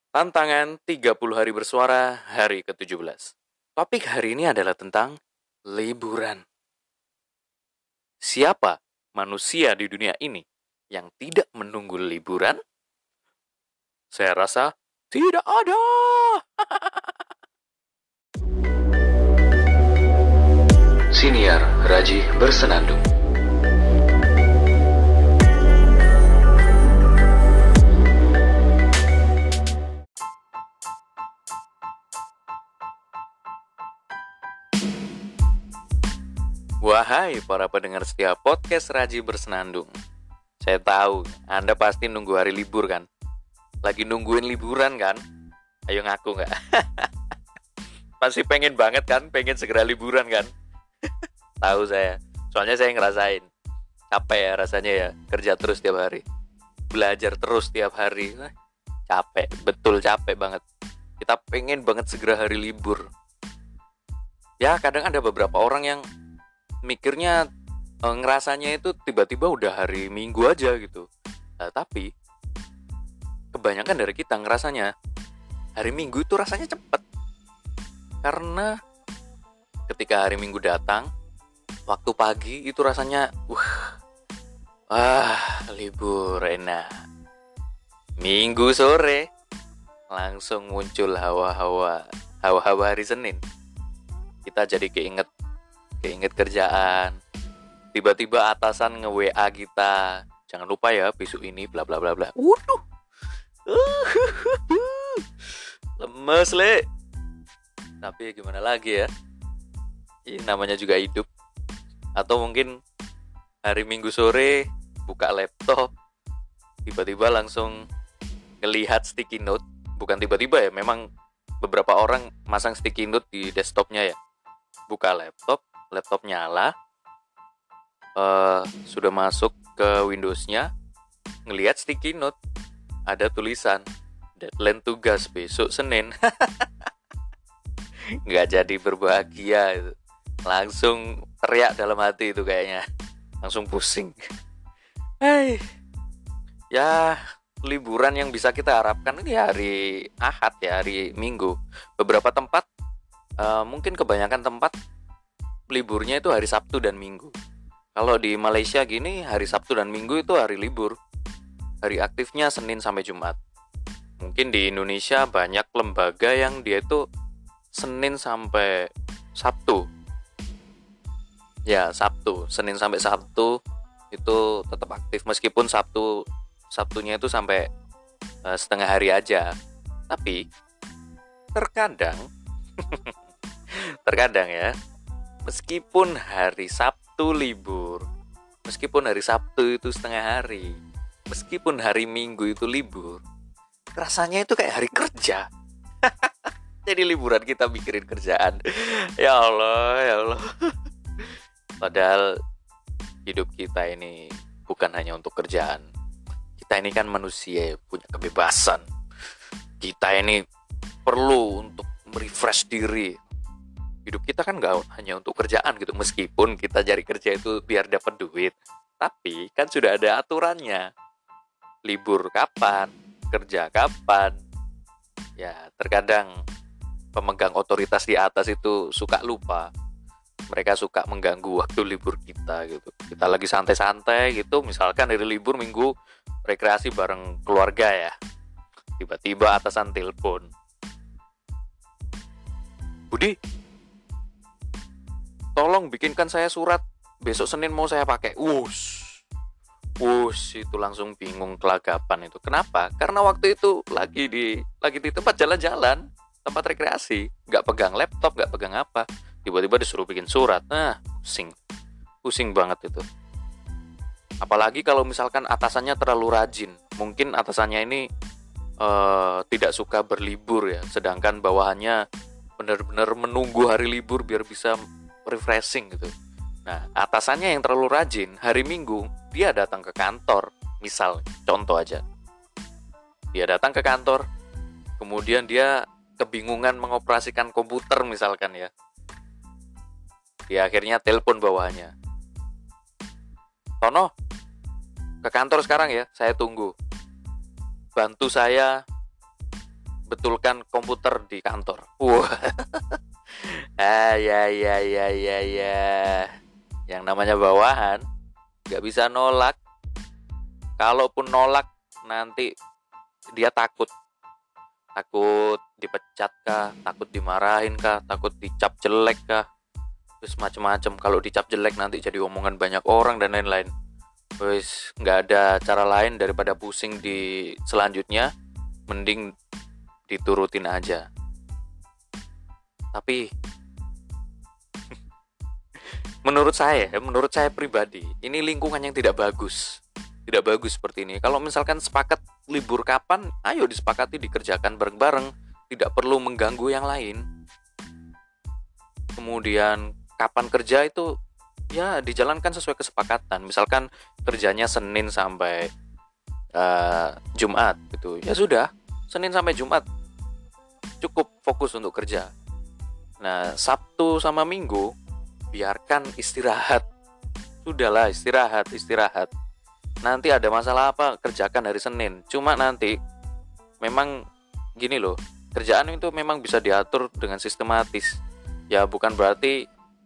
Tantangan 30 hari bersuara hari ke-17. Topik hari ini adalah tentang liburan. Siapa manusia di dunia ini yang tidak menunggu liburan? Saya rasa tidak ada. Siniar Raji Bersenandung. Wahai para pendengar setia podcast Raji Bersenandung. Saya tahu Anda pasti nunggu hari libur kan? Lagi nungguin liburan kan? Ayo ngaku nggak? Pasti pengen banget kan? Pengen segera liburan kan? Tahu saya. Soalnya saya ngerasain. Capek ya rasanya ya. Kerja terus tiap hari. Belajar terus tiap hari. Capek. Betul capek banget. Kita pengen banget segera hari libur. Ya kadang ada beberapa orang yang mikirnya ngerasanya itu tiba-tiba udah hari Minggu aja gitu. Nah, tapi kebanyakan dari kita ngerasanya hari Minggu itu rasanya cepet. Karena ketika hari Minggu datang, waktu pagi itu rasanya libur enak. Minggu sore langsung muncul hawa-hawa hari Senin. Kita jadi keinget kerjaan. Tiba-tiba atasan nge-WA kita, jangan lupa ya besok ini bla bla bla bla. Waduh. Lemes, Le. Tapi gimana lagi ya? Ini namanya juga hidup. Atau mungkin hari Minggu sore buka laptop, tiba-tiba langsung ngelihat sticky note. Bukan tiba-tiba ya, memang beberapa orang masang sticky note di desktopnya ya. Buka laptop nyala, sudah masuk ke Windows-nya, ngelihat sticky note, ada tulisan deadline tugas besok Senin. Nggak jadi berbahagia itu. Langsung teriak dalam hati itu kayaknya. Langsung pusing. Ya, liburan yang bisa kita harapkan ini hari Ahad ya, hari Minggu. Beberapa tempat, mungkin kebanyakan tempat liburnya itu hari Sabtu dan Minggu. Kalau di Malaysia gini, hari Sabtu dan Minggu itu hari libur. Hari aktifnya Senin sampai Jumat. Mungkin di Indonesia banyak lembaga yang dia itu Senin sampai Sabtu. Ya, Sabtu, Senin sampai Sabtu itu tetap aktif meskipun Sabtunya itu sampai setengah hari aja. Tapi terkadang ya, meskipun hari Sabtu libur, meskipun hari Sabtu itu setengah hari, meskipun hari Minggu itu libur, rasanya itu kayak hari kerja. Jadi liburan kita mikirin kerjaan. Ya Allah. Padahal hidup kita ini bukan hanya untuk kerjaan. Kita ini kan manusia, punya kebebasan. Kita ini perlu untuk merefresh diri. Hidup kita kan gak hanya untuk kerjaan gitu. Meskipun kita cari kerja itu biar dapat duit, tapi kan sudah ada aturannya. Libur kapan, kerja kapan. Ya terkadang pemegang otoritas di atas itu suka lupa. Mereka suka mengganggu waktu libur kita gitu. Kita lagi santai-santai gitu, misalkan hari libur Minggu rekreasi bareng keluarga ya. Tiba-tiba atasan telepon, Budi, tolong bikinkan saya surat, besok Senin mau saya pakai. Itu langsung bingung kelagapan itu. Kenapa? Karena waktu itu lagi di tempat jalan-jalan, tempat rekreasi, nggak pegang laptop, nggak pegang apa. Tiba-tiba disuruh bikin surat. Pusing banget itu. Apalagi kalau misalkan atasannya terlalu rajin. Mungkin atasannya ini tidak suka berlibur ya, sedangkan bawahannya benar-benar menunggu hari libur biar bisa refreshing gitu. Nah, atasannya yang terlalu rajin, hari Minggu dia datang ke kantor, misal contoh aja. Dia datang ke kantor, kemudian dia kebingungan mengoperasikan komputer misalkan ya. Dia akhirnya telepon bawahannya, Tono, ke kantor sekarang ya, saya tunggu. Bantu saya betulkan komputer di kantor. Wah. Ya. Yang namanya bawahan nggak bisa nolak. Kalaupun nolak nanti dia takut dipecat kah, takut dimarahin kah, takut dicap jelek kah, terus macem-macem. Kalau dicap jelek nanti jadi omongan banyak orang dan lain-lain. Wes nggak ada cara lain daripada pusing di selanjutnya, mending diturutin aja. Tapi menurut saya pribadi, ini lingkungan yang tidak bagus seperti ini. Kalau misalkan sepakat libur kapan, ayo disepakati dikerjakan bareng-bareng, tidak perlu mengganggu yang lain. Kemudian kapan kerja itu ya dijalankan sesuai kesepakatan. Misalkan kerjanya Senin sampai Jumat gitu, ya sudah, Senin sampai Jumat cukup fokus untuk kerja. Nah, Sabtu sama Minggu biarkan istirahat. Sudahlah, istirahat. Nanti ada masalah apa, kerjakan hari Senin. Cuma nanti memang gini loh, kerjaan itu memang bisa diatur dengan sistematis. Ya bukan berarti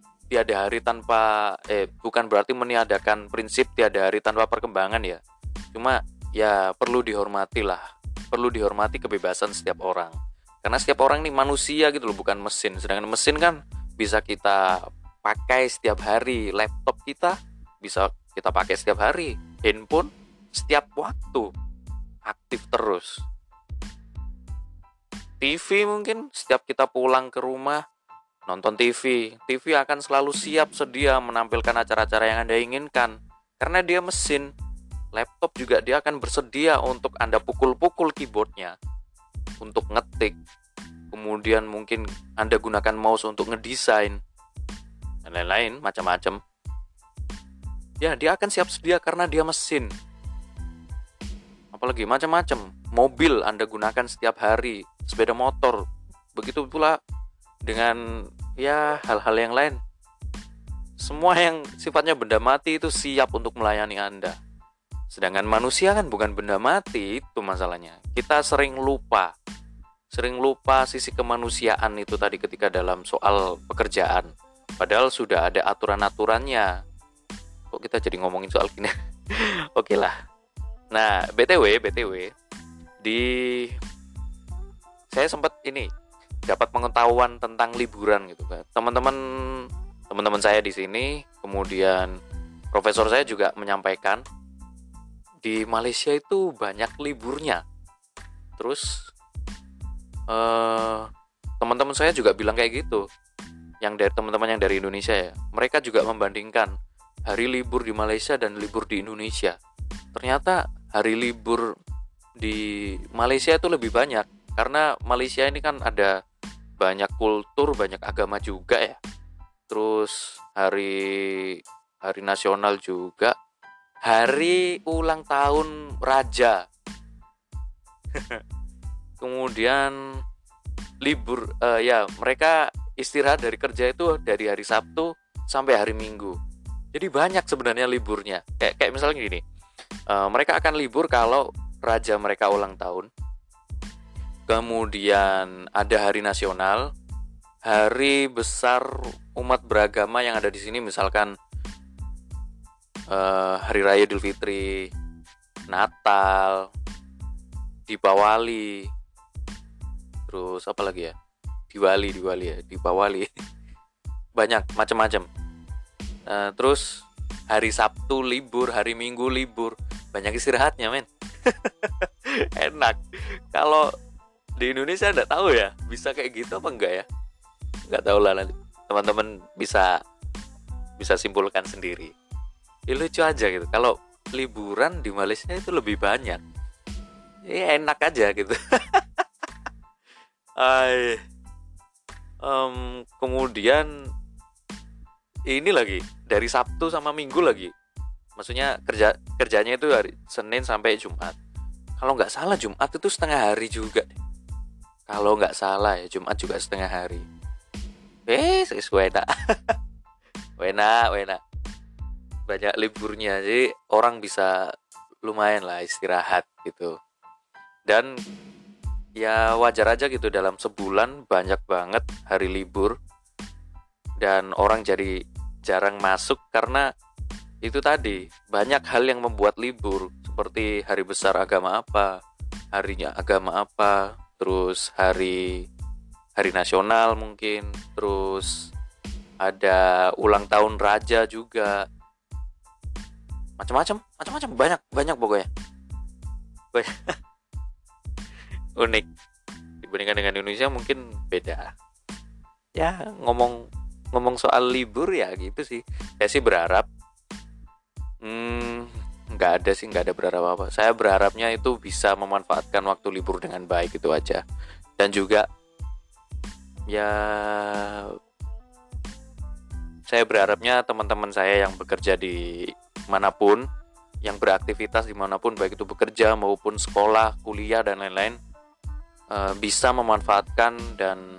bukan berarti meniadakan prinsip tiada hari tanpa perkembangan ya. Cuma ya perlu dihormati kebebasan setiap orang. Karena setiap orang ini manusia gitu loh, bukan mesin. Sedangkan mesin kan bisa kita pakai setiap hari. Laptop kita bisa kita pakai setiap hari. Handphone setiap waktu aktif terus. TV mungkin setiap kita pulang ke rumah nonton TV akan selalu siap sedia menampilkan acara-acara yang Anda inginkan. Karena dia mesin. Laptop juga dia akan bersedia untuk Anda pukul-pukul keyboardnya untuk ngetik. Kemudian mungkin Anda gunakan mouse untuk ngedesain dan lain-lain, macam-macam. Ya, dia akan siap sedia karena dia mesin. Apalagi macam-macam. Mobil Anda gunakan setiap hari, sepeda motor. Begitu pula dengan ya hal-hal yang lain. Semua yang sifatnya benda mati itu siap untuk melayani Anda. Sedangkan manusia kan bukan benda mati, itu masalahnya. Kita sering lupa sisi kemanusiaan itu tadi ketika dalam soal pekerjaan. Padahal sudah ada aturan-aturannya. Kok kita jadi ngomongin soal gini? Oke lah. Nah, BTW, saya sempat dapat pengetahuan tentang liburan gitu kan. Teman-teman saya di sini, kemudian profesor saya juga menyampaikan di Malaysia itu banyak liburnya. Terus teman-teman saya juga bilang kayak gitu. Teman-teman yang dari Indonesia ya, mereka juga membandingkan hari libur di Malaysia dan libur di Indonesia. Ternyata hari libur di Malaysia itu lebih banyak karena Malaysia ini kan ada banyak kultur, banyak agama juga ya. Terus hari nasional juga, hari ulang tahun raja. Kemudian libur mereka istirahat dari kerja itu dari hari Sabtu sampai hari Minggu. Jadi banyak sebenarnya liburnya. Kayak misalnya gini, mereka akan libur kalau raja mereka ulang tahun. Kemudian ada hari nasional, hari besar umat beragama yang ada di sini, misalkan Hari Raya Idul Fitri, Natal, Dipawali, terus apa lagi ya? Dipawali. Banyak macam-macam. Terus hari Sabtu libur, hari Minggu libur, banyak istirahatnya men. Enak. Kalau di Indonesia enggak tahu ya, bisa kayak gitu apa enggak ya? Enggak tahu lah, nanti teman-teman bisa simpulkan sendiri. Ya, lucu aja gitu. Kalau liburan di Malaysia itu lebih banyak. Ya enak aja gitu. Kemudian ini lagi dari Sabtu sama Minggu lagi. Maksudnya kerjanya itu hari Senin sampai Jumat. Kalau nggak salah Jumat itu setengah hari juga deh. Kalau nggak salah ya Jumat juga setengah hari. Enak. Banyak liburnya, jadi orang bisa lumayan lah istirahat gitu. Dan ya wajar aja gitu, dalam sebulan banyak banget hari libur dan orang jadi jarang masuk karena itu tadi, banyak hal yang membuat libur, seperti hari besar agama apa, harinya agama apa, terus hari hari nasional mungkin, terus ada ulang tahun raja juga, macam-macam banyak banyak pokoknya. Banyak. Unik dibandingkan dengan Indonesia, mungkin beda ya. Ngomong soal libur ya gitu sih, saya sih berharap nggak ada berharap apa. Saya berharapnya itu bisa memanfaatkan waktu libur dengan baik, itu aja. Dan juga ya, saya berharapnya teman-teman saya yang bekerja di manapun, yang beraktivitas dimanapun, baik itu bekerja maupun sekolah, kuliah dan lain-lain, bisa memanfaatkan dan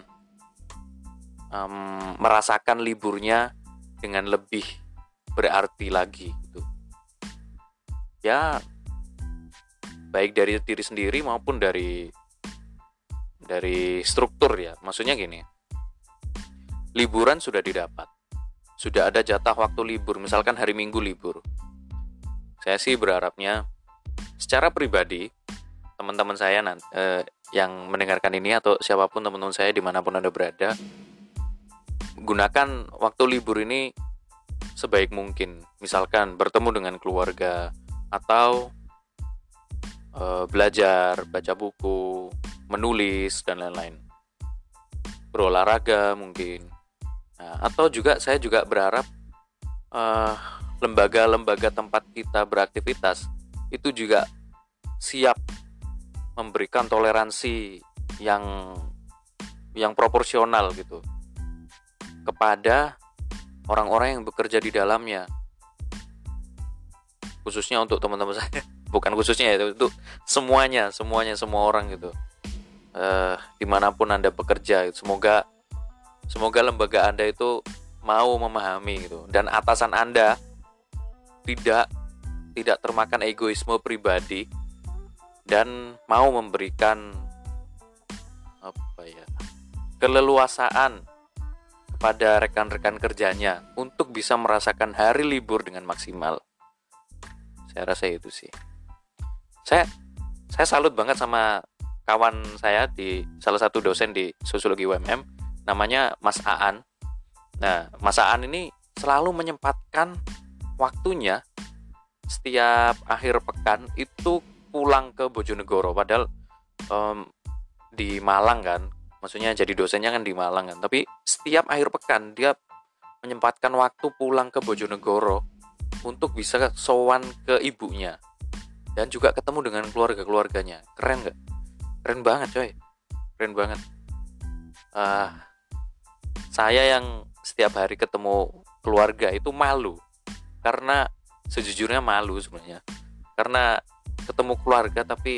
merasakan liburnya dengan lebih berarti lagi gitu. Ya, baik dari diri sendiri maupun dari struktur ya. Maksudnya gini, liburan sudah didapat, sudah ada jatah waktu libur, misalkan hari Minggu libur. Saya sih berharapnya secara pribadi, teman-teman saya yang mendengarkan ini atau siapapun teman-teman saya dimanapun Anda berada, gunakan waktu libur ini sebaik mungkin. Misalkan bertemu dengan keluarga, atau belajar, baca buku, menulis dan lain-lain, berolahraga mungkin. Nah, atau juga saya juga berharap lembaga-lembaga tempat kita beraktivitas itu juga siap memberikan toleransi yang proporsional gitu kepada orang-orang yang bekerja di dalamnya, khususnya untuk teman-teman saya. Bukan khususnya ya, itu semuanya semua orang gitu, dimanapun Anda bekerja. Semoga lembaga Anda itu mau memahami gitu, dan atasan Anda tidak termakan egoisme pribadi dan mau memberikan keleluasaan kepada rekan-rekan kerjanya untuk bisa merasakan hari libur dengan maksimal. Saya rasa itu sih. Saya salut banget sama kawan saya, di salah satu dosen di sosiologi UMM, namanya Mas Aan. Nah, Mas Aan ini selalu menyempatkan waktunya setiap akhir pekan itu pulang ke Bojonegoro. Padahal di Malang kan, maksudnya jadi dosennya kan di Malang kan, tapi setiap akhir pekan dia menyempatkan waktu pulang ke Bojonegoro untuk bisa sowan ke ibunya dan juga ketemu dengan keluarganya. Keren gak? Keren banget coy, keren banget. Saya yang setiap hari ketemu keluarga itu malu, karena sejujurnya malu sebenarnya, karena ketemu keluarga tapi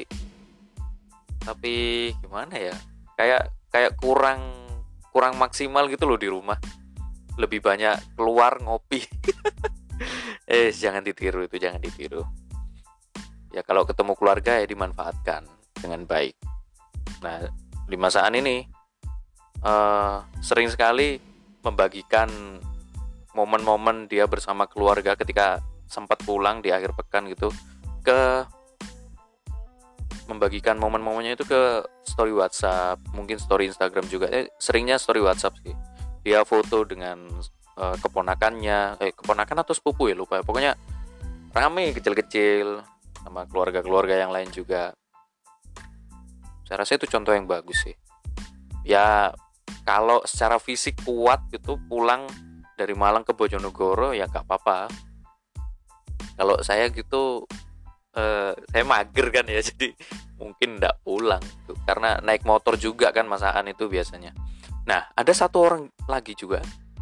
gimana ya, kayak kurang maksimal gitu loh di rumah. Lebih banyak keluar ngopi. Jangan ditiru, itu jangan ditiru. Ya kalau ketemu keluarga ya dimanfaatkan dengan baik. Nah, di masaan ini sering sekali membagikan momen-momen dia bersama keluarga ketika sempat pulang di akhir pekan gitu, membagikan momen-momennya itu ke story WhatsApp, mungkin story Instagram juga. Seringnya story WhatsApp sih. Dia foto dengan keponakan atau sepupu ya, lupa. Pokoknya rame, kecil-kecil, sama keluarga-keluarga yang lain juga. Saya rasa itu contoh yang bagus sih. Ya kalau secara fisik kuat gitu pulang dari Malang ke Bojonegoro ya gak apa-apa. Kalau saya gitu, saya mager kan ya, jadi mungkin gak pulang tuh, karena naik motor juga kan masaan itu biasanya. Nah, ada satu orang lagi juga,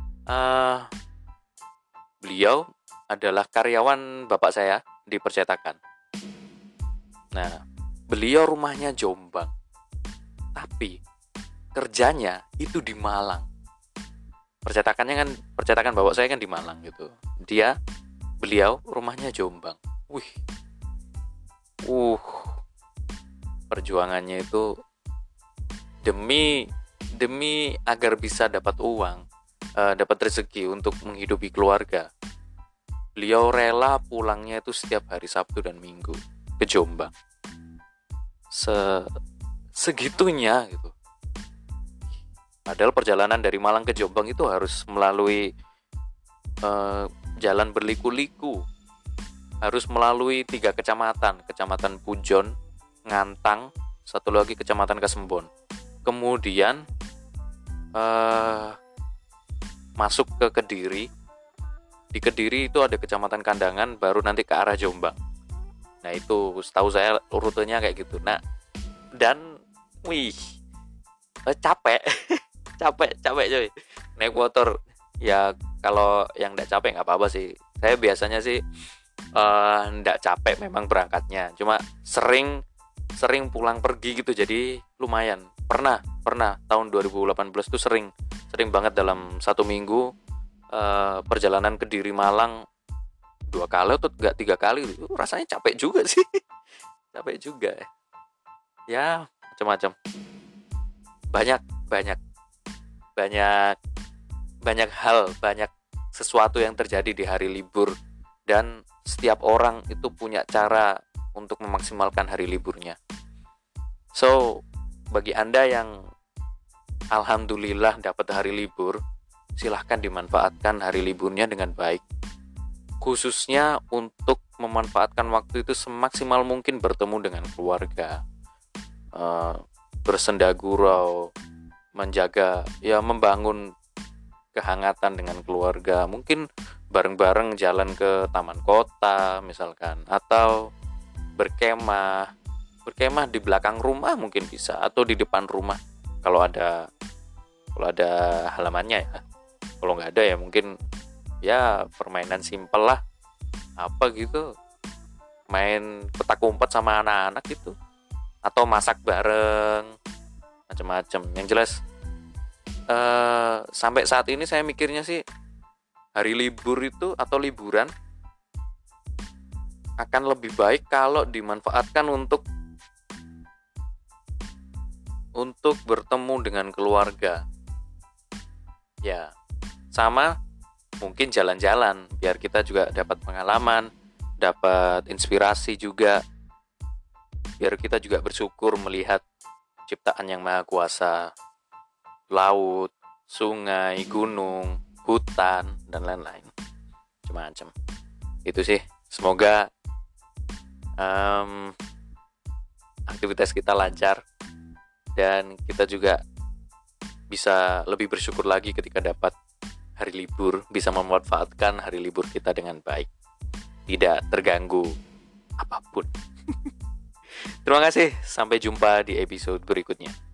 beliau adalah karyawan bapak saya di percetakan. Nah, beliau rumahnya Jombang, tapi kerjanya itu di Malang. Percetakan bapak saya kan di Malang gitu. Beliau rumahnya Jombang. Perjuangannya itu demi agar bisa dapat uang, dapat rezeki untuk menghidupi keluarga. Beliau rela pulangnya itu setiap hari Sabtu dan Minggu ke Jombang. Segitunya gitu. Padahal perjalanan dari Malang ke Jombang itu harus melalui jalan berliku-liku. Harus melalui 3 kecamatan, Kecamatan Pujon, Ngantang, satu lagi Kecamatan Kasembon. Kemudian masuk ke Kediri. Di Kediri itu ada Kecamatan Kandangan, baru nanti ke arah Jombang. Nah itu setahu saya rutenya kayak gitu. Nah dan capek capek coy naik motor. Ya kalau yang nggak capek nggak apa-apa sih. Saya biasanya sih nggak capek memang berangkatnya, cuma sering pulang pergi gitu, jadi lumayan. Pernah tahun 2018 tuh sering banget dalam 1 minggu perjalanan Kediri Malang 2 kali atau 3 kali. Rasanya capek juga sih. Capek juga ya, macam-macam. Banyak hal, banyak sesuatu yang terjadi di hari libur, dan setiap orang itu punya cara untuk memaksimalkan hari liburnya. So, bagi Anda yang alhamdulillah dapat hari libur, silahkan dimanfaatkan hari liburnya dengan baik. Khususnya untuk memanfaatkan waktu itu semaksimal mungkin bertemu dengan keluarga, bersenda gurau, membangun kehangatan dengan keluarga. Mungkin bareng-bareng jalan ke taman kota misalkan, atau berkemah di belakang rumah mungkin bisa, atau di depan rumah kalau ada halamannya ya. Kalau nggak ada ya mungkin ya permainan simpel lah, apa gitu, main petak umpet sama anak-anak gitu, atau masak bareng, macam-macam. Yang jelas sampai saat ini saya mikirnya sih hari libur itu atau liburan akan lebih baik kalau dimanfaatkan untuk bertemu dengan keluarga. Ya, sama mungkin jalan-jalan biar kita juga dapat pengalaman, dapat inspirasi juga. Biar kita juga bersyukur melihat ciptaan yang maha kuasa, laut, sungai, gunung, hutan, dan lain-lain. Macam-macam. Itu sih, semoga aktivitas kita lancar dan kita juga bisa lebih bersyukur lagi ketika dapat hari libur, bisa memanfaatkan hari libur kita dengan baik, tidak terganggu apapun. Terima kasih, sampai jumpa di episode berikutnya.